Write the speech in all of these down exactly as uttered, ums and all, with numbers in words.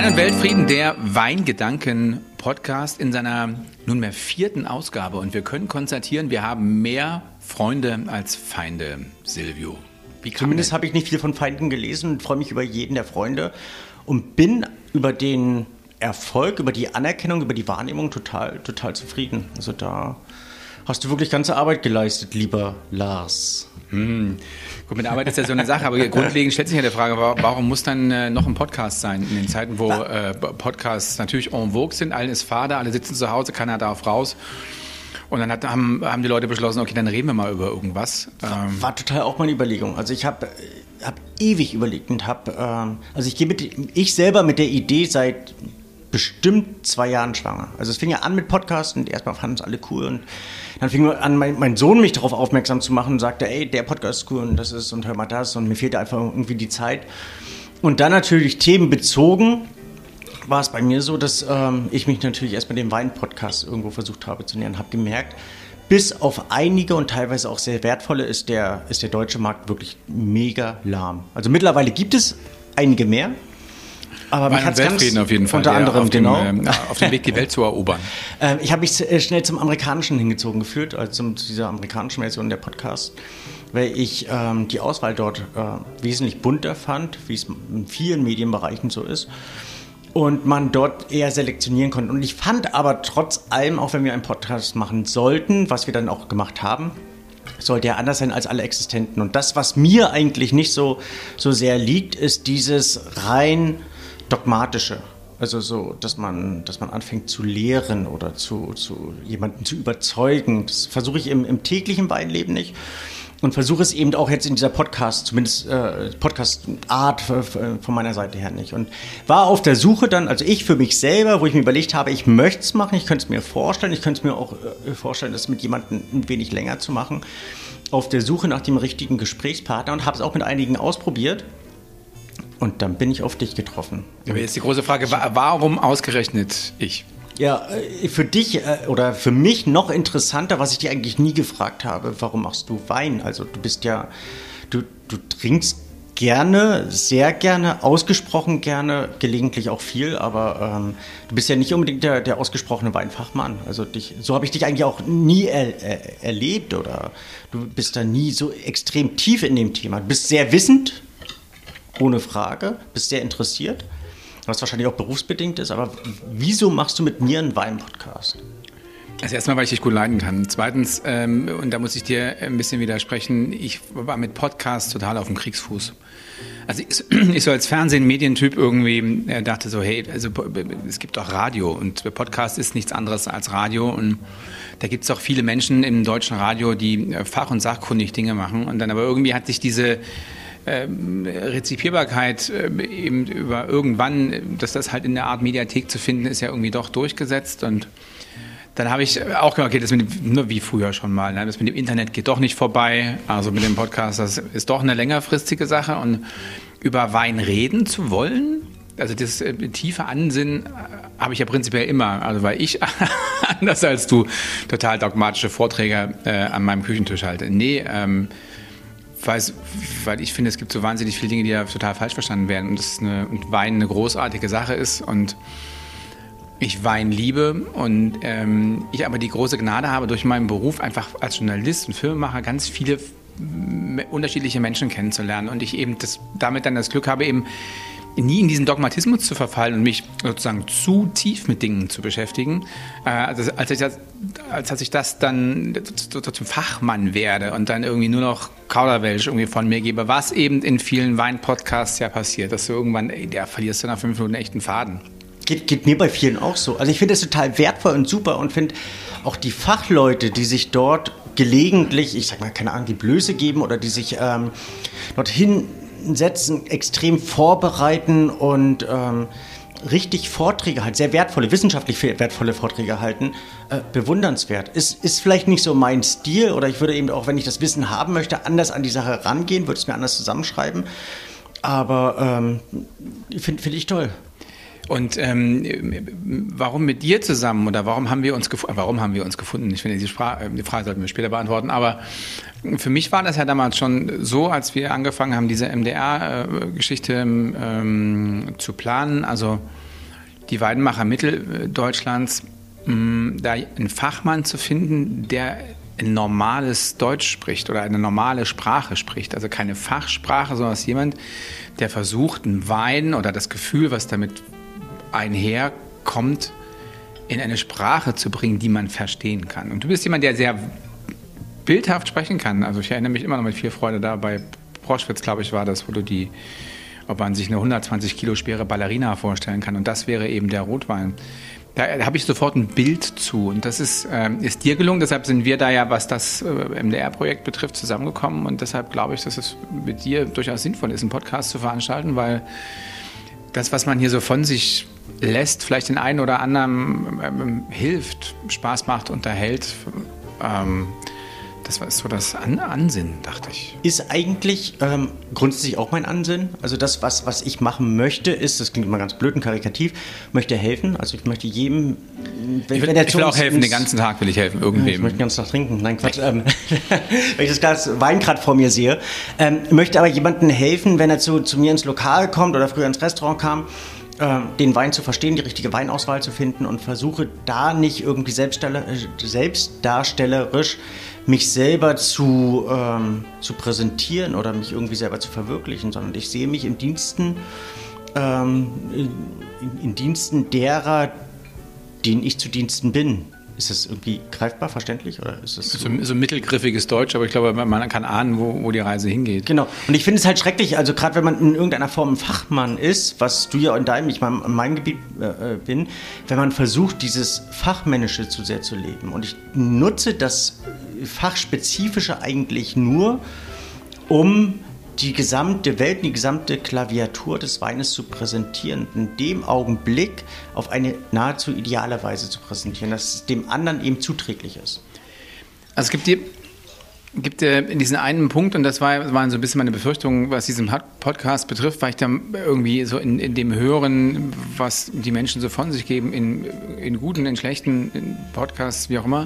Wein und Weltfrieden, der Weingedanken-Podcast in seiner nunmehr vierten Ausgabe. Und wir können konstatieren, wir haben mehr Freunde als Feinde, Silvio. Wie Zumindest habe ich nicht viel von Feinden gelesen und freue mich über jeden der Freunde und bin über den Erfolg, über die Anerkennung, über die Wahrnehmung total, total zufrieden. Also da hast du wirklich ganze Arbeit geleistet, lieber Lars. Hm. Gut, mit Arbeit ist ja so eine Sache, aber grundlegend stellt sich ja die Frage, warum muss dann äh, noch ein Podcast sein in den Zeiten, wo äh, Podcasts natürlich en vogue sind, allen ist Vater, alle sitzen zu Hause, keiner darf raus. Und dann hat, haben, haben die Leute beschlossen, okay, dann reden wir mal über irgendwas. War, war total auch meine Überlegung. Also ich habe hab ewig überlegt und habe, ähm, also ich gehe mit, ich selber mit der Idee seit bestimmt zwei Jahren schwanger. Also es fing ja an mit Podcasts und erstmal fanden es alle cool und dann fing an, mein, mein Sohn mich darauf aufmerksam zu machen und sagte, ey, der Podcast ist cool und das ist und hör mal das und mir fehlte einfach irgendwie die Zeit. Und dann natürlich themenbezogen war es bei mir so, dass ähm, ich mich natürlich erst mit dem Wein-Podcast irgendwo versucht habe zu nähern, habe gemerkt, bis auf einige und teilweise auch sehr wertvolle ist der, ist der deutsche Markt wirklich mega lahm. Also mittlerweile gibt es einige mehr. Aber mich hat's ganz auf jeden Fall, unter anderem, auf dem, genau. Ähm, auf dem Weg, die Welt zu erobern. äh, ich habe mich schnell zum Amerikanischen hingezogen gefühlt, also zum, zu dieser amerikanischen Version der Podcast, weil ich ähm, die Auswahl dort äh, wesentlich bunter fand, wie es in vielen Medienbereichen so ist. Und man dort eher selektionieren konnte. Und ich fand aber trotz allem, auch wenn wir einen Podcast machen sollten, was wir dann auch gemacht haben, sollte ja anders sein als alle Existenten. Und das, was mir eigentlich nicht so, so sehr liegt, ist dieses rein dogmatische. Also so, dass man, dass man anfängt zu lehren oder zu, zu jemanden zu überzeugen. Das versuche ich im, im täglichen Weinleben nicht. Und versuche es eben auch jetzt in dieser Podcast, zumindest äh, Podcast-Art von meiner Seite her nicht. Und war auf der Suche dann, also ich für mich selber, wo ich mir überlegt habe, ich möchte es machen, ich könnte es mir vorstellen, ich könnte es mir auch äh, vorstellen, das mit jemandem ein wenig länger zu machen, auf der Suche nach dem richtigen Gesprächspartner und habe es auch mit einigen ausprobiert. Und dann bin ich auf dich getroffen. Aber jetzt die große Frage, warum ausgerechnet ich? Ja, für dich oder für mich noch interessanter, was ich dir eigentlich nie gefragt habe, warum machst du Wein? Also du bist ja, du, du trinkst gerne, sehr gerne, ausgesprochen gerne, gelegentlich auch viel, aber ähm, du bist ja nicht unbedingt der, der ausgesprochene Weinfachmann. Also dich, so habe ich dich eigentlich auch nie er, er, erlebt oder du bist da nie so extrem tief in dem Thema. Du bist sehr wissend, ohne Frage, bist sehr interessiert. Was wahrscheinlich auch berufsbedingt ist, aber wieso machst du mit mir einen Wein-Podcast? Also erstmal, weil ich dich gut leiden kann. Zweitens, ähm, und da muss ich dir ein bisschen widersprechen, ich war mit Podcasts total auf dem Kriegsfuß. Also ich, ich so als Fernsehen-Medientyp irgendwie äh, dachte so, hey, also es gibt auch Radio und Podcast ist nichts anderes als Radio und da gibt es auch viele Menschen im deutschen Radio, die fach- und sachkundig Dinge machen und dann aber irgendwie hat sich diese Ähm, Rezipierbarkeit äh, eben über irgendwann, dass das halt in der Art Mediathek zu finden ist, ja irgendwie doch durchgesetzt und dann habe ich auch gedacht, okay, das mit dem, nur wie früher schon mal, ne? Das mit dem Internet geht doch nicht vorbei, also mit dem Podcast, das ist doch eine längerfristige Sache und über Wein reden zu wollen, also das äh, tiefe Ansinnen äh, habe ich ja prinzipiell immer, also weil ich, anders als du, total dogmatische Vorträge äh, an meinem Küchentisch halte. Nee, ähm, Weiß, weil ich finde, es gibt so wahnsinnig viele Dinge, die ja total falsch verstanden werden und, das eine, und Wein eine großartige Sache ist und ich Wein liebe und ähm, ich aber die große Gnade habe, durch meinen Beruf einfach als Journalist und Filmemacher ganz viele unterschiedliche Menschen kennenzulernen und ich eben das, damit dann das Glück habe, eben nie in diesen Dogmatismus zu verfallen und mich sozusagen zu tief mit Dingen zu beschäftigen, äh, also als, ich das, als dass ich das dann zu, zu, zum Fachmann werde und dann irgendwie nur noch Kauderwelsch irgendwie von mir gebe, was eben in vielen Wein-Podcasts ja passiert, dass du irgendwann, ey, der verlierst du nach fünf Minuten echt einen Faden. Geht, geht mir bei vielen auch so. Also ich finde das total wertvoll und super und finde auch die Fachleute, die sich dort gelegentlich, ich sag mal, keine Ahnung, die Blöße geben oder die sich ähm, dorthin setzen, extrem vorbereiten und ähm, richtig Vorträge halt, sehr wertvolle, wissenschaftlich wertvolle Vorträge halten, äh, bewundernswert. Ist, ist vielleicht nicht so mein Stil oder ich würde eben auch, wenn ich das Wissen haben möchte, anders an die Sache rangehen, würde es mir anders zusammenschreiben. Aber ähm, finde find ich toll. Und ähm, warum mit dir zusammen oder warum haben wir uns gefunden? Warum haben wir uns gefunden? Ich finde, die, Fra- die Frage sollten wir später beantworten. Aber für mich war das ja damals schon so, als wir angefangen haben, diese M D R-Geschichte ähm, zu planen. Also die Weinmacher Mitteldeutschlands, mh, da einen Fachmann zu finden, der ein normales Deutsch spricht oder eine normale Sprache spricht. Also keine Fachsprache, sondern jemand, der versucht, einen Wein oder das Gefühl, was damit einherkommt, in eine Sprache zu bringen, die man verstehen kann. Und du bist jemand, der sehr bildhaft sprechen kann. Also ich erinnere mich immer noch mit viel Freude da bei Proschwitz, glaube ich, war das, wo du die, ob man sich eine hundertzwanzig Kilo schwere Ballerina vorstellen kann. Und das wäre eben der Rotwein. Da habe ich sofort ein Bild zu. Und das ist, äh, ist dir gelungen. Deshalb sind wir da ja, was das äh, M D R-Projekt betrifft, zusammengekommen. Und deshalb glaube ich, dass es mit dir durchaus sinnvoll ist, einen Podcast zu veranstalten, weil das, was man hier so von sich lässt, vielleicht den einen oder anderen ähm, hilft, Spaß macht, unterhält. Ähm, Das war so das An- Ansinnen, dachte ich. Ist eigentlich ähm, grundsätzlich auch mein Ansinnen. Also das, was, was ich machen möchte, ist, das klingt immer ganz blöd und karikativ, möchte helfen. Also ich möchte jedem... Wenn, ich will, wenn der ich will auch helfen, den ganzen Tag will ich helfen, irgendwem. Ich möchte den ganzen Tag trinken. Nein, Quatsch. ähm, wenn ich das Glas Wein gerade vor mir sehe. Ähm, möchte aber jemandem helfen, wenn er zu, zu mir ins Lokal kommt oder früher ins Restaurant kam, den Wein zu verstehen, die richtige Weinauswahl zu finden und versuche da nicht irgendwie selbstdarstellerisch mich selber zu, ähm, zu präsentieren oder mich irgendwie selber zu verwirklichen, sondern ich sehe mich in Diensten, ähm, in, in Diensten derer, denen ich zu Diensten bin. Ist das irgendwie greifbar, verständlich? Oder ist das so, so mittelgriffiges Deutsch, aber ich glaube, man kann ahnen, wo, wo die Reise hingeht. Genau. Und ich finde es halt schrecklich, also gerade wenn man in irgendeiner Form ein Fachmann ist, was du ja in deinem, ich meine, in meinem Gebiet äh, bin, wenn man versucht, dieses Fachmännische zu sehr zu leben. Und ich nutze das Fachspezifische eigentlich nur, um die gesamte Welt, die gesamte Klaviatur des Weines zu präsentieren, in dem Augenblick auf eine nahezu ideale Weise zu präsentieren, dass es dem anderen eben zuträglich ist. Also es gibt die, gibt in diesen einen Punkt, und das war, waren so ein bisschen meine Befürchtungen, was diesen Podcast betrifft, weil ich da irgendwie so in, in dem Hören, was die Menschen so von sich geben, in, in guten, in schlechten in Podcasts, wie auch immer,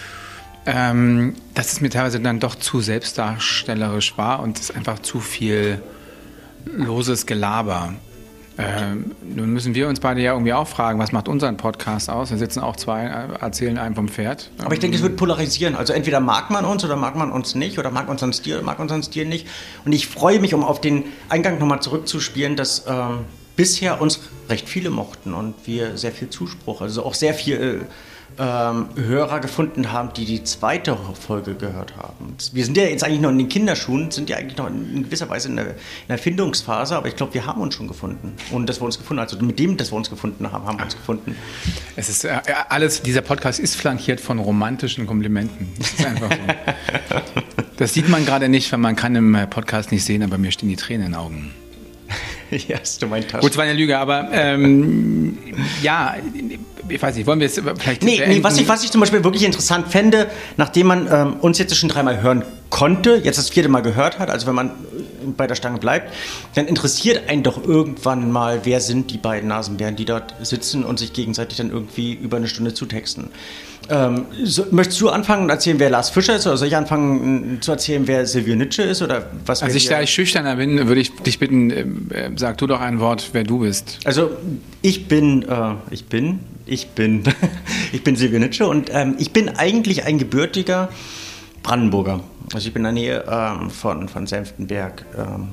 Ähm, dass es mir teilweise dann doch zu selbstdarstellerisch war und es einfach zu viel loses Gelaber. Ähm, nun müssen wir uns beide ja irgendwie auch fragen, was macht unseren Podcast aus? Da sitzen auch zwei, erzählen einem vom Pferd. Aber ich denke, es wird polarisieren. Also entweder mag man uns oder mag man uns nicht oder mag unseren Stil oder mag unseren Stil nicht. Und ich freue mich, um auf den Eingang nochmal zurückzuspielen, dass ähm, bisher uns recht viele mochten und wir sehr viel Zuspruch, also auch sehr viel... Äh, Ähm, Hörer gefunden haben, die die zweite Folge gehört haben. Wir sind ja jetzt eigentlich noch in den Kinderschuhen, sind ja eigentlich noch in gewisser Weise in der, in der Findungsphase, aber ich glaube, wir haben uns schon gefunden. Und dass wir uns gefunden haben, also mit dem, dass wir uns gefunden haben, haben wir uns gefunden. Es ist äh, alles, dieser Podcast ist flankiert von romantischen Komplimenten. Das ist einfach so. Das sieht man gerade nicht, weil man kann im Podcast nicht sehen, aber mir stehen die Tränen in den Augen. Ja, hast du mein Taschen. Gut, es war eine Lüge, aber ähm, ja, ich weiß nicht, wollen wir jetzt vielleicht... Nee, nee was, ich, was ich zum Beispiel wirklich interessant fände, nachdem man ähm, uns jetzt schon dreimal hören konnte, jetzt das vierte Mal gehört hat, also wenn man bei der Stange bleibt, dann interessiert einen doch irgendwann mal, wer sind die beiden Nasenbären, die dort sitzen und sich gegenseitig dann irgendwie über eine Stunde zutexten. Ähm, so, möchtest du anfangen und erzählen, wer Lars Fischer ist, oder soll ich anfangen zu erzählen, wer Silvio Nitsche ist? Oder was? Also ich, da ich schüchterner bin, würde ich dich bitten, äh, sag du doch ein Wort, wer du bist. Also ich bin, äh, ich bin, ich bin, ich bin Silvio Nitsche und ähm, ich bin eigentlich ein gebürtiger Brandenburger. Also ich bin in der Nähe ähm, von, von Senftenberg ähm,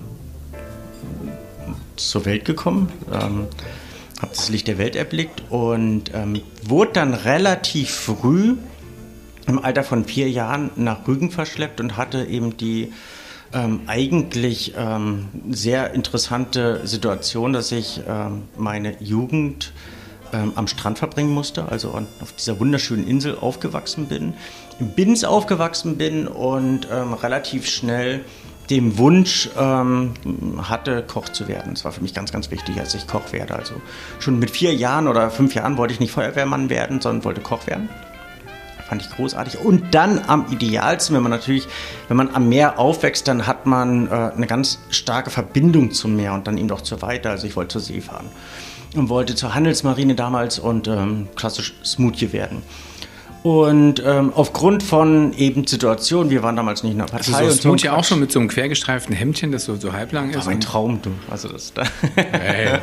zur Welt gekommen. Ähm, habe das Licht der Welt erblickt und ähm, wurde dann relativ früh im Alter von vier Jahren nach Rügen verschleppt und hatte eben die ähm, eigentlich ähm, sehr interessante Situation, dass ich ähm, meine Jugend ähm, am Strand verbringen musste, also auf dieser wunderschönen Insel aufgewachsen bin, in Binz aufgewachsen bin und ähm, relativ schnell den Wunsch ähm, hatte, Koch zu werden. Das war für mich ganz, ganz wichtig, als ich Koch werde. Also schon mit vier Jahren oder fünf Jahren wollte ich nicht Feuerwehrmann werden, sondern wollte Koch werden. Fand ich großartig. Und dann am idealsten, wenn man natürlich, wenn man am Meer aufwächst, dann hat man äh, eine ganz starke Verbindung zum Meer und dann eben auch zur Weite. Also ich wollte zur See fahren und wollte zur Handelsmarine damals und ähm, klassisch Smoothie werden. Und ähm, aufgrund von eben Situationen, wir waren damals nicht in der Partei. Also so und so Smoothie auch schon mit so einem quergestreiften Hemdchen, das so, so halblang ist. Das war mein Traum, du. Also das da. Hey.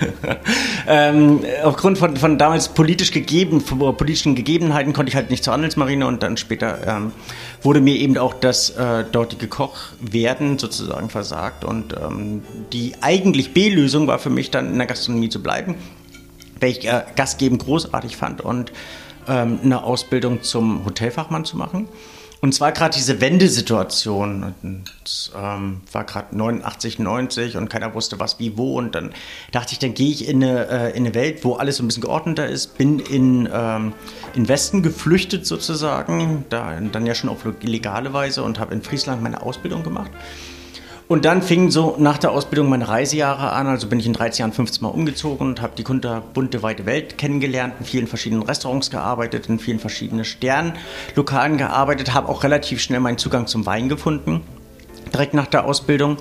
ähm, aufgrund von, von damals politisch gegeben, von politischen Gegebenheiten konnte ich halt nicht zur Handelsmarine und dann später ähm, wurde mir eben auch das äh, dortige Kochwerden sozusagen versagt. Und ähm, die eigentlich B-Lösung war für mich dann in der Gastronomie zu bleiben, weil ich äh, Gastgeben großartig fand und eine Ausbildung zum Hotelfachmann zu machen. Und zwar gerade diese Wendesituation. Es ähm, war gerade neunundachtzig, neunzig und keiner wusste was, wie, wo. Und dann dachte ich, dann gehe ich in eine, äh, in eine Welt, wo alles so ein bisschen geordneter ist. Bin in ähm, in Westen geflüchtet sozusagen, da, dann ja schon auf legale Weise und habe in Friesland meine Ausbildung gemacht. Und dann fingen so nach der Ausbildung meine Reisejahre an, also bin ich in dreizehn Jahren fünfzehn Mal umgezogen und habe die bunte, weite Welt kennengelernt, in vielen verschiedenen Restaurants gearbeitet, in vielen verschiedenen Sternlokalen gearbeitet, habe auch relativ schnell meinen Zugang zum Wein gefunden, direkt nach der Ausbildung.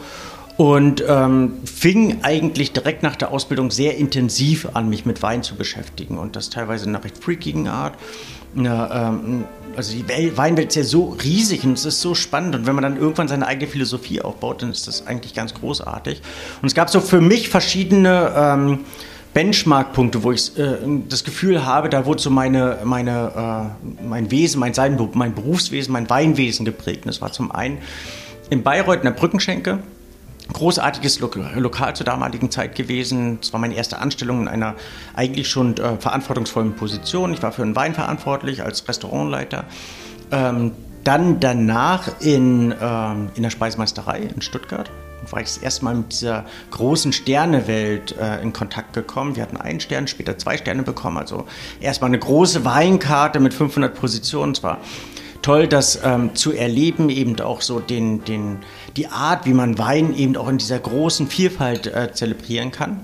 Und ähm, fing eigentlich direkt nach der Ausbildung sehr intensiv an, mich mit Wein zu beschäftigen und das teilweise in einer recht freakigen Art. Ja, ähm, also die Welt, Weinwelt ist ja so riesig und es ist so spannend und wenn man dann irgendwann seine eigene Philosophie aufbaut, dann ist das eigentlich ganz großartig. Und es gab so für mich verschiedene ähm, Benchmark-Punkte, wo ich äh, das Gefühl habe, da wurde so meine, meine, äh, mein Wesen, mein Sein, mein Berufswesen, mein Weinwesen geprägt. Und das war zum einen in Bayreuth in der Brückenschenke. Großartiges Lokal zur damaligen Zeit gewesen. Es war meine erste Anstellung in einer eigentlich schon äh, verantwortungsvollen Position. Ich war für den Wein verantwortlich als Restaurantleiter. Ähm, dann danach in, ähm, in der Speisemeisterei in Stuttgart. Da war ich das erste Mal mit dieser großen Sternewelt äh, in Kontakt gekommen. Wir hatten einen Stern, später zwei Sterne bekommen. Also erstmal eine große Weinkarte mit fünfhundert Positionen. Es war toll, das ähm, zu erleben, eben auch so den, den, die Art, wie man Wein eben auch in dieser großen Vielfalt äh, zelebrieren kann.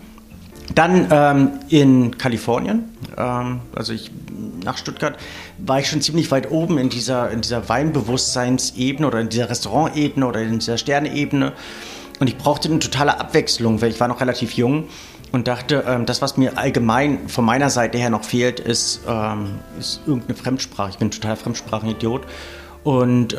Dann ähm, in Kalifornien, ähm, also ich, nach Stuttgart, war ich schon ziemlich weit oben in dieser, in dieser Weinbewusstseinsebene oder in dieser Restaurantebene oder in dieser Sterneebene. Und ich brauchte eine totale Abwechslung, weil ich war noch relativ jung. Und dachte, ähm, das, was mir allgemein von meiner Seite her noch fehlt, ist, ähm, ist irgendeine Fremdsprache. Ich bin ein totaler Fremdsprachenidiot. Und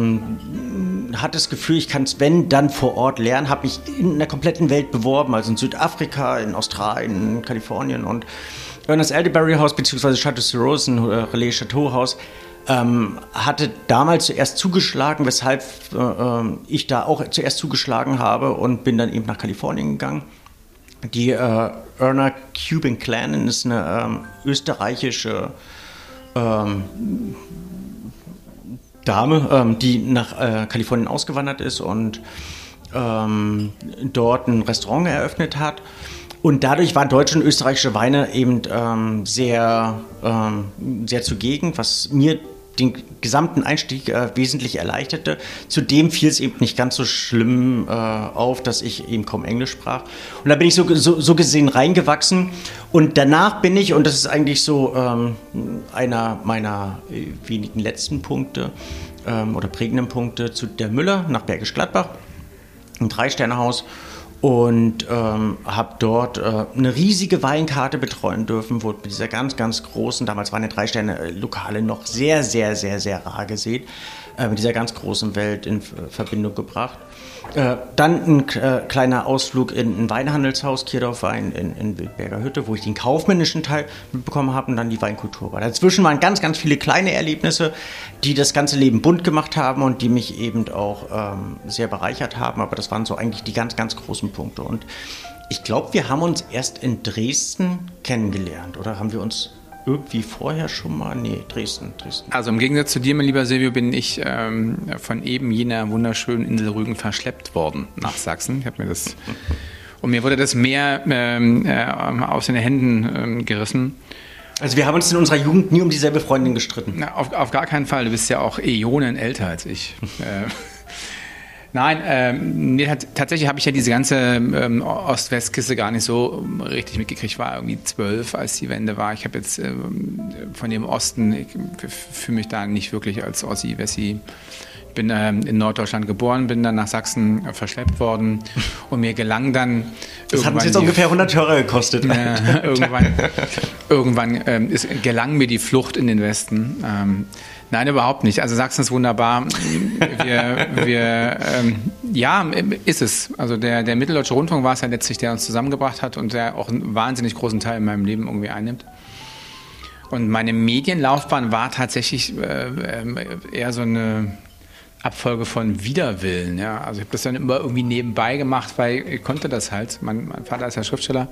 ähm, hatte das Gefühl, ich kann es, wenn, dann vor Ort lernen. Habe mich in der kompletten Welt beworben, also in Südafrika, in Australien, in Kalifornien. Und das Elderberry House bzw. Chateau Syros, ein Relais Chateau Haus, ähm, hatte damals zuerst zugeschlagen, weshalb äh, ich da auch zuerst zugeschlagen habe und bin dann eben nach Kalifornien gegangen. Die äh, Erna Cuban Clan ist eine ähm, österreichische ähm, Dame, ähm, die nach äh, Kalifornien ausgewandert ist und ähm, dort ein Restaurant eröffnet hat. Und dadurch waren deutsche und österreichische Weine eben ähm, sehr, ähm, sehr zugegen, was mir den gesamten Einstieg äh, wesentlich erleichterte. Zudem fiel es eben nicht ganz so schlimm äh, auf, dass ich eben kaum Englisch sprach. Und da bin ich so, so, so gesehen reingewachsen. Und danach bin ich, und das ist eigentlich so ähm, einer meiner äh, wenigen letzten Punkte ähm, oder prägenden Punkte, zu der Müller nach Bergisch Gladbach, ein Drei-Sterne-Haus. Und ähm, habe dort äh, eine riesige Weinkarte betreuen dürfen, wurde mit dieser ganz, ganz großen, damals waren die Drei-Sterne-Lokale noch sehr, sehr, sehr, sehr rar gesehen, äh, mit dieser ganz großen Welt in F- Verbindung gebracht. Äh, dann ein äh, kleiner Ausflug in ein Weinhandelshaus, Kirdorf Wein in, in Wildberger Hütte, wo ich den kaufmännischen Teil mitbekommen habe und dann die Weinkultur war. Dazwischen waren ganz, ganz viele kleine Erlebnisse, die das ganze Leben bunt gemacht haben und die mich eben auch ähm, sehr bereichert haben. Aber das waren so eigentlich die ganz, ganz großen Punkte. Und ich glaube, wir haben uns erst in Dresden kennengelernt. Oder haben wir uns irgendwie vorher schon mal? Nee, Dresden, Dresden. Also im Gegensatz zu dir, mein lieber Silvio, bin ich ähm, von eben jener wunderschönen Insel Rügen verschleppt worden nach Sachsen. Ich habe mir das und mir wurde das Meer ähm, äh, aus den Händen ähm, gerissen. Also wir haben uns in unserer Jugend nie um dieselbe Freundin gestritten. Na, auf, auf gar keinen Fall. Du bist ja auch Äonen älter als ich. äh, Nein, ähm, nee, tatsächlich habe ich ja diese ganze ähm, Ost-West-Kiste gar nicht so richtig mitgekriegt. Ich war irgendwie zwölf, als die Wende war. Ich habe jetzt ähm, von dem Osten, ich fühle mich da nicht wirklich als Ossi-Wessi bin äh, in Norddeutschland geboren, bin dann nach Sachsen äh, verschleppt worden und mir gelang dann... Das hat uns jetzt ungefähr hundert Euro gekostet. Äh, irgendwann irgendwann ähm, ist, gelang mir die Flucht in den Westen. Ähm, nein, überhaupt nicht. Also Sachsen ist wunderbar. Wir, wir ähm, ja, ist es. Also der, der Mitteldeutsche Rundfunk war es ja letztlich, der uns zusammengebracht hat und der auch einen wahnsinnig großen Teil in meinem Leben irgendwie einnimmt. Und meine Medienlaufbahn war tatsächlich äh, eher so eine Abfolge von Widerwillen. Ja. Also ich habe das dann immer irgendwie nebenbei gemacht, weil ich konnte das halt. Mein, mein Vater ist ja Schriftsteller.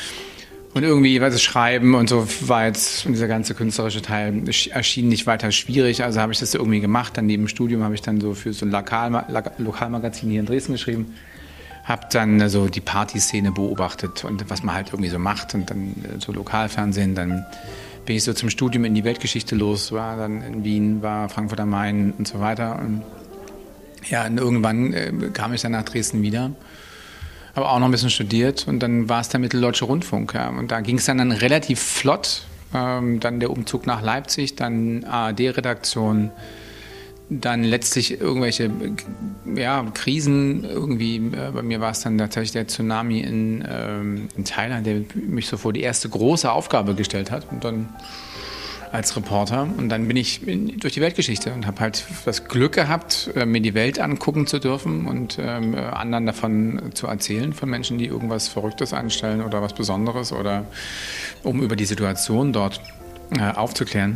Und irgendwie, was Schreiben und so war jetzt, und dieser ganze künstlerische Teil erschien nicht weiter schwierig. Also habe ich das irgendwie gemacht. Dann neben dem Studium habe ich dann so für so ein Lokal, Lokalmagazin hier in Dresden geschrieben. Habe dann so die Partyszene beobachtet und was man halt irgendwie so macht. Und dann so Lokalfernsehen, dann bin ich so zum Studium in die Weltgeschichte los, war dann in Wien, war Frankfurt am Main und so weiter. Und ja, und irgendwann äh, kam ich dann nach Dresden wieder, habe auch noch ein bisschen studiert und dann war es der Mitteldeutsche Rundfunk. Ja. Und da ging es dann, dann relativ flott, ähm, dann der Umzug nach Leipzig, dann A R D-Redaktion, dann letztlich irgendwelche ja, Krisen, irgendwie, äh, bei mir war es dann tatsächlich der Tsunami in, ähm, in Thailand, der mich so vor die erste große Aufgabe gestellt hat und dann als Reporter und dann bin ich in, durch die Weltgeschichte und habe halt das Glück gehabt, äh, mir die Welt angucken zu dürfen und ähm, anderen davon zu erzählen, von Menschen, die irgendwas Verrücktes anstellen oder was Besonderes oder um über die Situation dort äh, aufzuklären.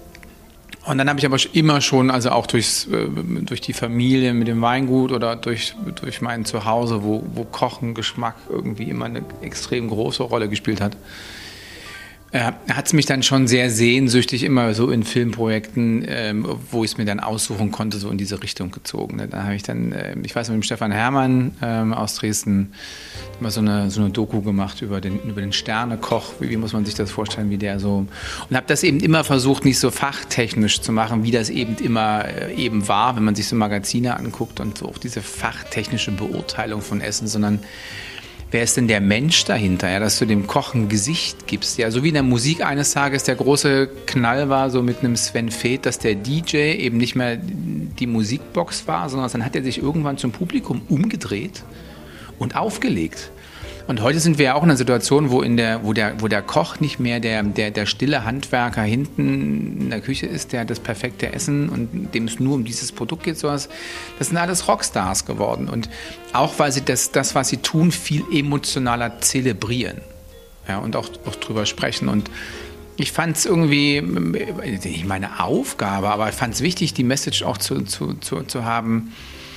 Und dann habe ich aber immer schon, also auch durchs, durch die Familie mit dem Weingut oder durch, durch mein Zuhause, wo, wo Kochen, Geschmack irgendwie immer eine extrem große Rolle gespielt hat, äh, hat es mich dann schon sehr sehnsüchtig immer so in Filmprojekten, ähm, wo ich es mir dann aussuchen konnte, so in diese Richtung gezogen. Ne? Da habe ich dann, äh, ich weiß, mit dem Stefan Herrmann ähm, aus Dresden immer so eine, so eine Doku gemacht über den, über den Sternekoch, wie, wie muss man sich das vorstellen, wie der so, und habe das eben immer versucht, nicht so fachtechnisch zu machen, wie das eben immer äh, eben war, wenn man sich so Magazine anguckt und so auch diese fachtechnische Beurteilung von Essen, sondern wer ist denn der Mensch dahinter, ja, dass du dem Koch ein Gesicht gibst? Ja, so wie in der Musik eines Tages der große Knall war, so mit einem Sven Väth, dass der D J eben nicht mehr die Musikbox war, sondern dann hat er sich irgendwann zum Publikum umgedreht und aufgelegt. Und heute sind wir ja auch in einer Situation, wo, in der, wo, der, wo der Koch nicht mehr der, der, der stille Handwerker hinten in der Küche ist, der das perfekte Essen und dem es nur um dieses Produkt geht, sowas. Das sind alles Rockstars geworden. Und auch, weil sie das, das was sie tun, viel emotionaler zelebrieren. Ja, und auch, auch drüber sprechen. Und ich fand es irgendwie, nicht meine Aufgabe, aber ich fand es wichtig, die Message auch zu, zu, zu, zu haben,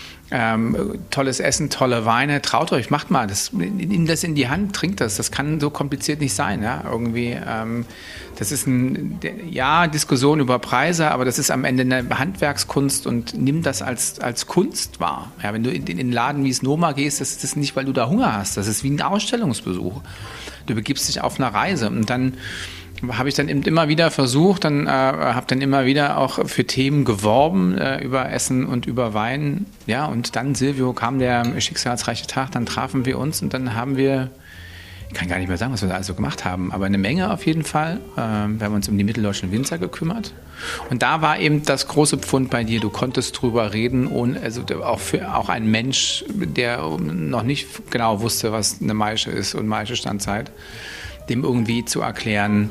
Ähm, tolles Essen, tolle Weine, traut euch, macht mal das, nehmt das in die Hand, trinkt das, das kann so kompliziert nicht sein, ja, irgendwie, ähm, das ist ein, ja, Diskussion über Preise, aber das ist am Ende eine Handwerkskunst und nimm das als, als Kunst wahr, ja, wenn du in, in den Laden wie Snoma gehst, das ist das nicht, weil du da Hunger hast, das ist wie ein Ausstellungsbesuch, du begibst dich auf eine Reise und dann habe ich dann eben immer wieder versucht, dann äh, habe dann immer wieder auch für Themen geworben äh, über Essen und über Wein. Ja, und dann, Silvio, kam der schicksalsreiche Tag, dann trafen wir uns und dann haben wir, ich kann gar nicht mehr sagen, was wir da also gemacht haben, aber eine Menge auf jeden Fall. Äh, wir haben uns um die mitteldeutschen Winzer gekümmert. Und da war eben das große Pfund bei dir, du konntest drüber reden, ohne, also auch für auch ein Mensch, der noch nicht genau wusste, was eine Maische ist und Maischestandzeit, dem irgendwie zu erklären,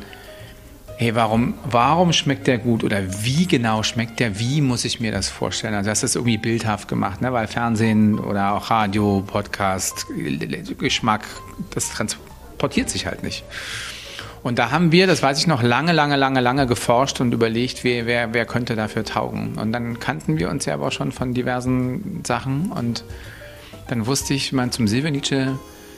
hey, warum, warum schmeckt der gut oder wie genau schmeckt der, wie muss ich mir das vorstellen? Also hast du das irgendwie bildhaft gemacht, ne? Weil Fernsehen oder auch Radio, Podcast, Geschmack, das transportiert sich halt nicht. Und da haben wir, das weiß ich noch, lange, lange, lange, lange geforscht und überlegt, wer, wer, wer könnte dafür taugen. Und dann kannten wir uns ja aber auch schon von diversen Sachen und dann wusste ich, wenn man zum Silvenice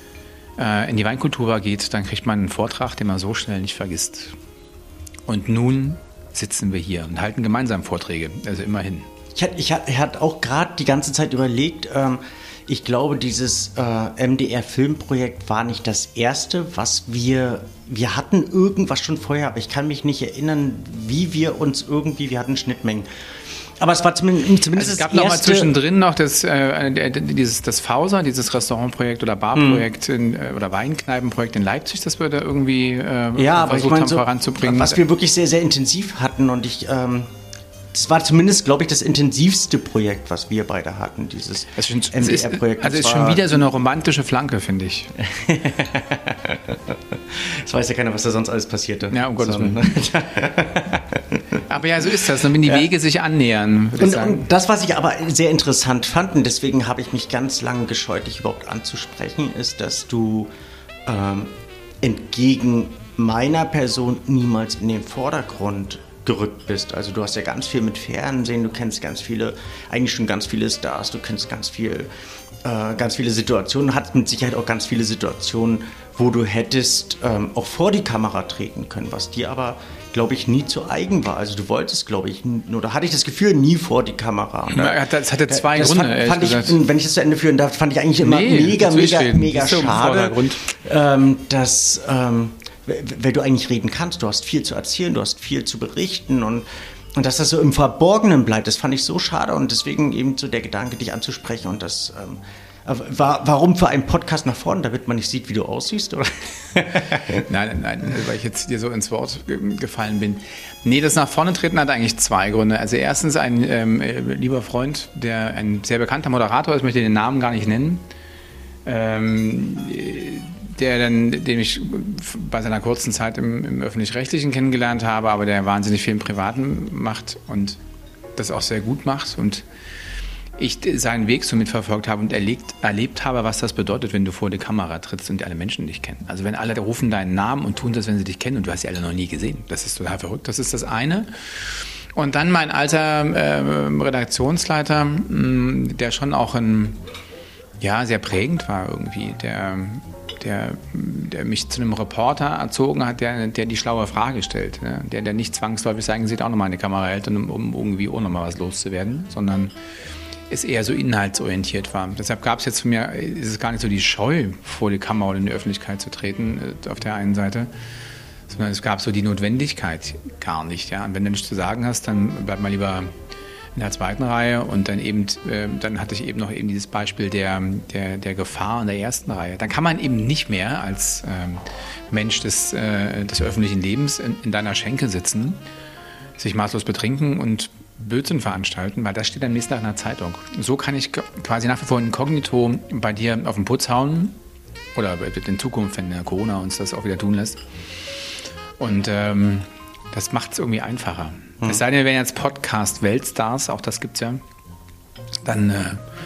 äh, in die Weinkultur geht, dann kriegt man einen Vortrag, den man so schnell nicht vergisst. Und nun sitzen wir hier und halten gemeinsam Vorträge, also immerhin. Ich hatte ich hatte auch gerade die ganze Zeit überlegt, ähm, ich glaube, dieses äh, M D R-Filmprojekt war nicht das erste, was wir, wir hatten irgendwas schon vorher, aber ich kann mich nicht erinnern, wie wir uns irgendwie, wir hatten Schnittmengen. Aber es war zumindest, zumindest also es gab das noch mal erste zwischendrin noch das, äh, dieses, das Fauser, dieses Restaurantprojekt oder Barprojekt in, äh, oder Weinkneipenprojekt in Leipzig, das wir da irgendwie äh, ja, versucht ich mein, haben so, voranzubringen. Was wir wirklich sehr, sehr intensiv hatten und ich, ähm, das war zumindest, glaube ich, das intensivste Projekt, was wir beide hatten, dieses M D R-Projekt. Also es ist schon wieder so eine romantische Flanke, finde ich. Das weiß ja keiner, was da sonst alles passierte. Ja, um Gottes Willen. Aber ja, so ist das, wenn die ja. Wege sich annähern. Und, und das, was ich aber sehr interessant fand, und deswegen habe ich mich ganz lange gescheut, dich überhaupt anzusprechen, ist, dass du ähm, entgegen meiner Person niemals in den Vordergrund gerückt bist. Also du hast ja ganz viel mit Fernsehen, du kennst ganz viele, eigentlich schon ganz viele Stars, du kennst ganz viel, äh, ganz viele Situationen, hast mit Sicherheit auch ganz viele Situationen, wo du hättest ähm, auch vor die Kamera treten können, was dir aber, glaube ich, nie zu eigen war. Also du wolltest, glaube ich, oder hatte ich das Gefühl, nie vor die Kamera. Ne? Das hatte zwei das Gründe. Fand, fand ich, wenn ich das zu Ende führen darf, fand ich eigentlich immer nee, mega, mega, stehen. mega schade, ähm, dass ähm, weil du eigentlich reden kannst, du hast viel zu erzählen, du hast viel zu berichten und, und dass das so im Verborgenen bleibt, das fand ich so schade und deswegen eben so der Gedanke, dich anzusprechen und das ähm, war, warum für einen Podcast nach vorne, damit man nicht sieht, wie du aussiehst, oder? Nein, nein, weil ich jetzt dir so ins Wort gefallen bin. Nee, das nach vorne treten hat eigentlich zwei Gründe. Also erstens ein ähm, lieber Freund, der ein sehr bekannter Moderator ist, ich möchte den Namen gar nicht nennen, ähm, der dann, den ich bei seiner kurzen Zeit im, im Öffentlich-Rechtlichen kennengelernt habe, aber der wahnsinnig viel im Privaten macht und das auch sehr gut macht und ich seinen Weg so mitverfolgt habe und erlebt, erlebt habe, was das bedeutet, wenn du vor die Kamera trittst und alle Menschen dich kennen. Also wenn alle rufen deinen Namen und tun das, wenn sie dich kennen und du hast sie alle noch nie gesehen. Das ist total verrückt. Das ist das eine. Und dann mein alter äh, Redaktionsleiter, mh, der schon auch ein, ja, sehr prägend war irgendwie, der Der, der mich zu einem Reporter erzogen hat, der, der die schlaue Frage stellt. Ne? Der, der nicht zwangsläufig sein Gesicht auch nochmal in die Kamera hält, um, um irgendwie auch nochmal was loszuwerden, sondern es eher so inhaltsorientiert war. Deshalb gab es jetzt von mir, ist es gar nicht so die Scheu, vor die Kamera oder in die Öffentlichkeit zu treten, auf der einen Seite, sondern es gab so die Notwendigkeit gar nicht. Ja? Und wenn du nichts zu sagen hast, dann bleib mal lieber in der zweiten Reihe und dann eben, äh, dann hatte ich eben noch eben dieses Beispiel der, der, der Gefahr in der ersten Reihe. Dann kann man eben nicht mehr als ähm, Mensch des, äh, des öffentlichen Lebens in, in deiner Schenke sitzen, sich maßlos betrinken und Blödsinn veranstalten, weil das steht am nächsten Tag in der Zeitung. So kann ich quasi nach wie vor inkognito bei dir auf den Putz hauen oder in Zukunft, wenn Corona uns das auch wieder tun lässt. Und ähm, das macht es irgendwie einfacher. Hm. Es sei denn, wir wären jetzt Podcast-Weltstars, auch das gibt es ja, dann äh,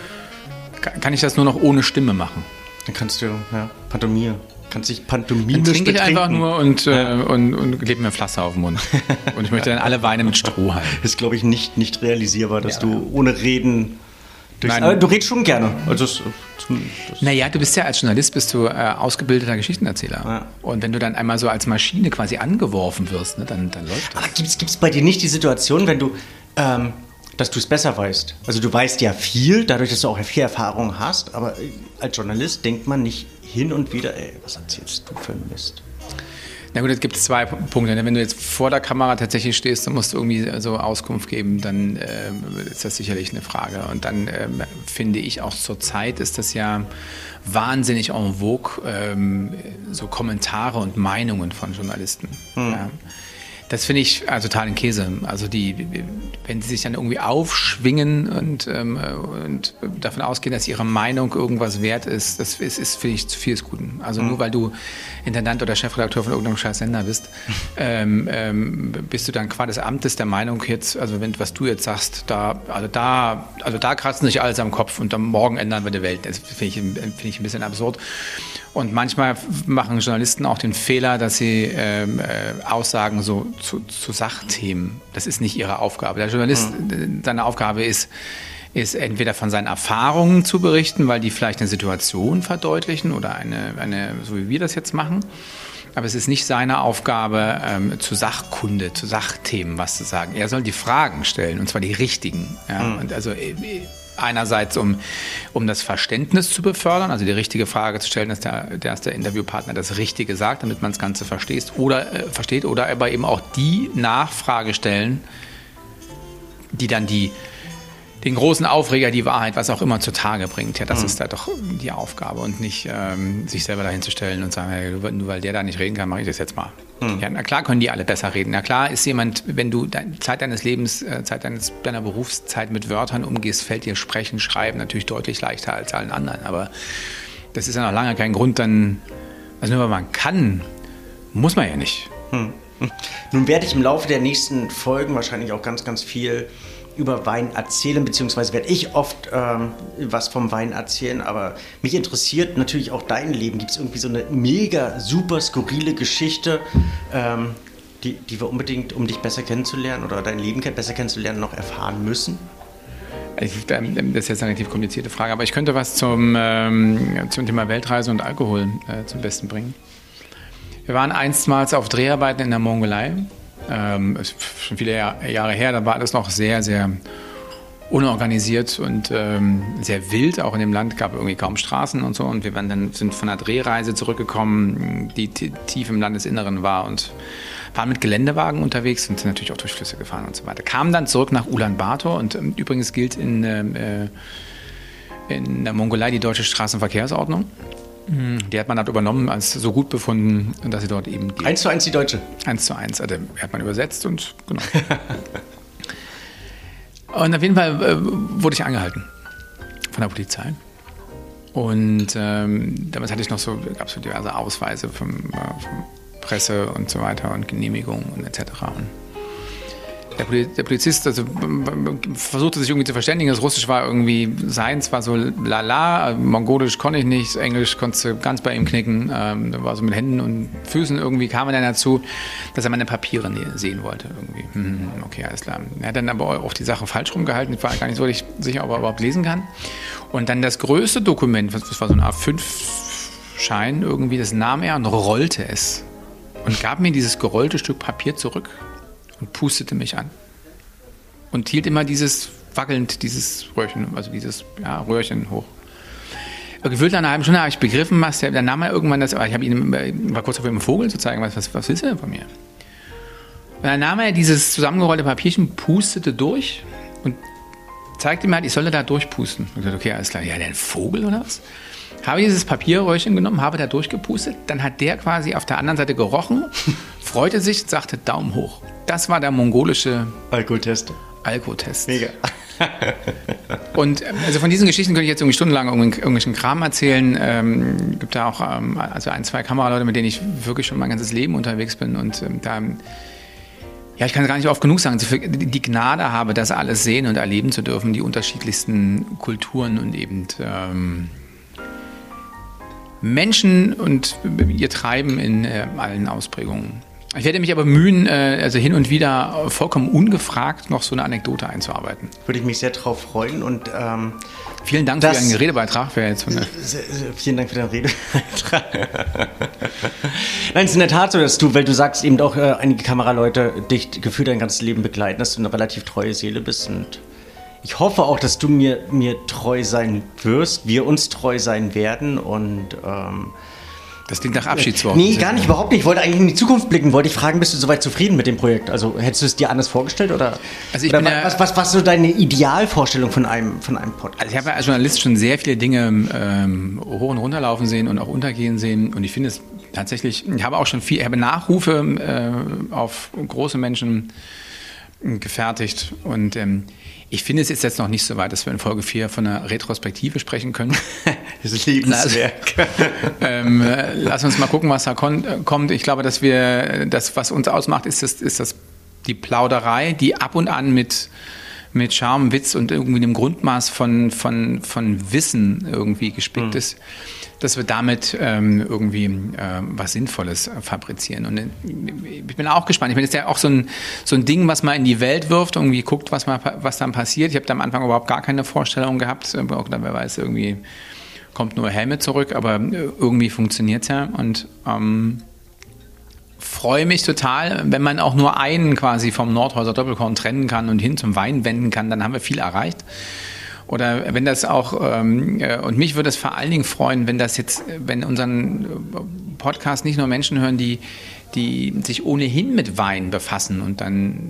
kann ich das nur noch ohne Stimme machen. Dann kannst du, ja, Pantomime. Kannst dich pantomimisch Dann trinke ich einfach nur und, äh, und, und lebe mir Pflaster auf den Mund. Und ich möchte dann alle Weine mit Stroh halten. Das ist, glaube ich, nicht, nicht realisierbar, dass ja. du ohne Reden... Nein. Aber du redest schon gerne. Also das, das naja, du bist ja als Journalist bist du äh, ausgebildeter Geschichtenerzähler. Ja. Und wenn du dann einmal so als Maschine quasi angeworfen wirst, ne, dann, dann läuft das. Aber gibt es bei dir nicht die Situation, wenn du... Ähm, dass du es besser weißt. Also du weißt ja viel, dadurch, dass du auch viel Erfahrung hast, aber als Journalist denkt man nicht hin und wieder, ey, was erzählst du für ein Mist? Na gut, es gibt zwei Punkte. Wenn du jetzt vor der Kamera tatsächlich stehst und musst irgendwie so Auskunft geben, dann äh, ist das sicherlich eine Frage. Und dann äh, finde ich auch zur Zeit ist das ja wahnsinnig en vogue, ähm, so Kommentare und Meinungen von Journalisten. Hm. Ja. Das finde ich also total ein Käse. Also die, wenn sie sich dann irgendwie aufschwingen und, ähm, und davon ausgehen, dass ihre Meinung irgendwas wert ist, das ist, ist finde ich, zu viel des Guten. Also mhm. nur weil du Intendant oder Chefredakteur von irgendeinem scheiß Sender bist, ähm, ähm, bist du dann qua des Amtes der Meinung jetzt, also wenn was du jetzt sagst, da, also da, also da kratzen sich alles am Kopf und am Morgen ändern wir die Welt. Das finde ich, find ich ein bisschen absurd. Und manchmal machen Journalisten auch den Fehler, dass sie ähm, äh, Aussagen so zu, zu Sachthemen, das ist nicht ihre Aufgabe. Der Journalist, mhm. seine Aufgabe ist, ist entweder von seinen Erfahrungen zu berichten, weil die vielleicht eine Situation verdeutlichen oder eine, eine so wie wir das jetzt machen. Aber es ist nicht seine Aufgabe, ähm, zu Sachkunde, zu Sachthemen was zu sagen. Er soll die Fragen stellen, und zwar die richtigen. Ja? Mhm. Und also äh, einerseits, um, um das Verständnis zu befördern, also die richtige Frage zu stellen, dass der, dass der Interviewpartner das Richtige sagt, damit man das Ganze versteht, oder, äh, versteht, oder aber eben auch die Nachfrage stellen, die dann die, den großen Aufreger, die Wahrheit, was auch immer zutage bringt. Ja, das mhm. ist da doch die Aufgabe und nicht ähm, sich selber dahin zu stellen und sagen, hey, nur weil der da nicht reden kann, mache ich das jetzt mal. Mhm. Ja, na klar können die alle besser reden. Na klar ist jemand, wenn du de- Zeit deines Lebens, äh, Zeit deines, deiner Berufszeit mit Wörtern umgehst, fällt dir Sprechen, Schreiben natürlich deutlich leichter als allen anderen. Aber das ist ja noch lange kein Grund, dann, also nur weil man kann, muss man ja nicht. Mhm. Nun werde ich im Laufe der nächsten Folgen wahrscheinlich auch ganz, ganz viel über Wein erzählen, beziehungsweise werde ich oft ähm, was vom Wein erzählen, aber mich interessiert natürlich auch dein Leben. Gibt es irgendwie so eine mega, super skurrile Geschichte, ähm, die, die wir unbedingt, um dich besser kennenzulernen oder dein Leben besser kennenzulernen, noch erfahren müssen? Das ist jetzt eine relativ komplizierte Frage, aber ich könnte was zum, ähm, zum Thema Weltreise und Alkohol äh, zum Besten bringen. Wir waren einstmals auf Dreharbeiten in der Mongolei. Ähm, schon viele Jahr, Jahre her, da war alles noch sehr, sehr unorganisiert und ähm, sehr wild. Auch in dem Land gab es irgendwie kaum Straßen und so. Und wir waren dann, sind von einer Drehreise zurückgekommen, die t- tief im Landesinneren war und waren mit Geländewagen unterwegs und sind natürlich auch durch Flüsse gefahren und so weiter. Kamen dann zurück nach Ulaanbaatar und ähm, übrigens gilt in, äh, in der Mongolei die deutsche Straßenverkehrsordnung. Die hat man dort übernommen, als so gut befunden, dass sie dort eben gilt. Eins zu eins die deutsche? Eins zu eins, also hat man übersetzt und genau. Und auf jeden Fall äh, wurde ich angehalten von der Polizei. Und ähm, damals hatte ich noch so, gab es so diverse Ausweise vom, äh, vom Presse und so weiter und Genehmigungen und et cetera. Und Der, Poli- der Polizist also, versuchte sich irgendwie zu verständigen. Das Russisch war irgendwie seins, war so lala, Mongolisch konnte ich nicht, Englisch konntest du ganz bei ihm knicken. Ähm, da war so mit Händen und Füßen irgendwie, kam er dann dazu, dass er meine Papiere ne- sehen wollte. Irgendwie. Hm, okay, alles klar. Er hat dann aber auch die Sache falsch rumgehalten. Ich war gar nicht so richtig sicher, ob er überhaupt lesen kann. Und dann das größte Dokument, das war so ein A fünf Schein irgendwie, das nahm er und rollte es. Und gab mir dieses gerollte Stück Papier zurück. Und pustete mich an. Und hielt immer dieses wackelnd, dieses Röhrchen, also dieses ja, Röhrchen hoch. Gefühlt nach einer halben Stunde habe ich begriffen, was der, dann nahm er irgendwann das, ich habe ihn, war kurz auf ihm Vogel zu zeigen, was, was, was willst du denn von mir? Und dann nahm er dieses zusammengerollte Papierchen, pustete durch und zeigte mir halt, ich solle da durchpusten. Und ich dachte, okay, alles klar, ja, der ein Vogel oder was? Habe dieses Papierröhrchen genommen, habe da durchgepustet, dann hat der quasi auf der anderen Seite gerochen, freute sich, sagte Daumen hoch. Das war der mongolische Alkotest. Alkotest. Mega. Und also von diesen Geschichten könnte ich jetzt irgendwie stundenlang irgendwelchen Kram erzählen. Ähm, gibt da auch ähm, also ein, zwei Kameraleute, mit denen ich wirklich schon mein ganzes Leben unterwegs bin und ähm, da ja, ich kann es gar nicht oft genug sagen, die Gnade habe, das alles sehen und erleben zu dürfen, die unterschiedlichsten Kulturen und eben ähm, Menschen und ihr Treiben in äh, allen Ausprägungen. Ich werde mich aber mühen, äh, also hin und wieder vollkommen ungefragt noch so eine Anekdote einzuarbeiten. Würde ich mich sehr drauf freuen und ähm, vielen Dank für Ihren Redebeitrag. Jetzt von der vielen Dank für den Redebeitrag. Nein, es ist in der Tat so, dass du, weil du sagst eben auch, äh, einige Kameraleute dich gefühlt dein ganzes Leben begleiten, dass du eine relativ treue Seele bist und ich hoffe auch, dass du mir, mir treu sein wirst, wir uns treu sein werden und ähm, das klingt nach Abschiedswort. Nee, gar nicht, überhaupt nicht. Ich wollte eigentlich in die Zukunft blicken, wollte ich fragen, bist du soweit zufrieden mit dem Projekt? Also hättest du es dir anders vorgestellt oder, also ich oder bin was, ja, was, was, was so deine Idealvorstellung von einem, von einem Podcast? Also ich habe ja als Journalist schon sehr viele Dinge ähm, hoch und runter laufen sehen und auch untergehen sehen und ich finde es tatsächlich, ich habe auch schon viel, ich habe Nachrufe äh, auf große Menschen gefertigt und ähm, ich finde, es ist jetzt noch nicht so weit, dass wir in Folge vier von einer Retrospektive sprechen können. Das Lebenswerk. Also, ähm, lass uns mal gucken, was da kon- kommt. Ich glaube, dass wir, das, was uns ausmacht, ist das, ist das die Plauderei, die ab und an mit, mit Charme, Witz und irgendwie einem Grundmaß von, von, von Wissen irgendwie gespickt mhm. ist, dass wir damit ähm, irgendwie äh, was Sinnvolles fabrizieren. Und ich bin auch gespannt. Ich meine, das ist ja auch so ein, so ein Ding, was man in die Welt wirft, irgendwie guckt, was, mal, was dann passiert. Ich habe da am Anfang überhaupt gar keine Vorstellung gehabt. Auch wer weiß, irgendwie kommt nur Helme zurück, aber irgendwie funktioniert es ja. Und ähm, freue mich total, wenn man auch nur einen quasi vom Nordhäuser Doppelkorn trennen kann und hin zum Wein wenden kann, dann haben wir viel erreicht. Oder wenn das auch, ähm, und mich würde es vor allen Dingen freuen, wenn das jetzt, wenn unseren Podcast nicht nur Menschen hören, die, die sich ohnehin mit Wein befassen und dann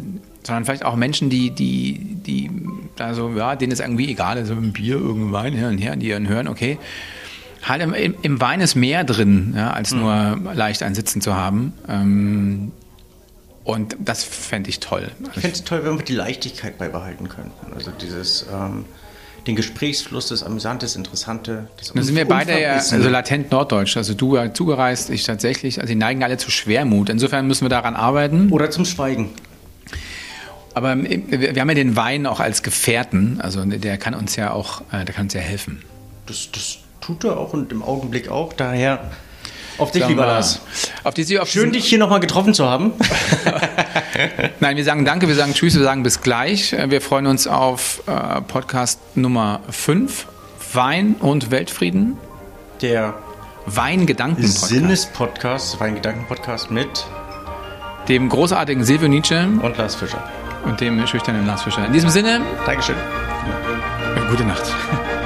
sondern vielleicht auch Menschen, die, die, die, also, ja, denen ist irgendwie egal, also ein Bier, irgendein Wein hin und her, die dann hören, okay, halt im, im Wein ist mehr drin, ja, als mhm. nur leicht ein Sitzen zu haben. Ähm, und das fände ich toll. Ich fände es toll, wenn wir die Leichtigkeit beibehalten könnten. Also dieses, ähm, den Gesprächsfluss, das Amüsante, das Interessante. Das da sind wir beide ja also latent norddeutsch. Also du ja zugereist, ich tatsächlich. Also die neigen alle zu Schwermut. Insofern müssen wir daran arbeiten. Oder zum Schweigen. Aber wir haben ja den Wein auch als Gefährten. Also der kann uns ja auch, der kann uns ja helfen. Das, das tut er auch und im Augenblick auch. Daher auf dich, lieber Lars. Auf die, auf Schön, dich hier nochmal getroffen zu haben. Nein, wir sagen danke, wir sagen tschüss, wir sagen bis gleich. Wir freuen uns auf äh, Podcast Nummer fünf, Wein und Weltfrieden. Der Weingedanken-Podcast. Sinnes-Podcast, Weingedanken-Podcast mit dem großartigen Silvio Nietzsche und Lars Fischer. Und dem schüchternen Lars Fischer. In diesem Sinne, Dankeschön. Gute Nacht.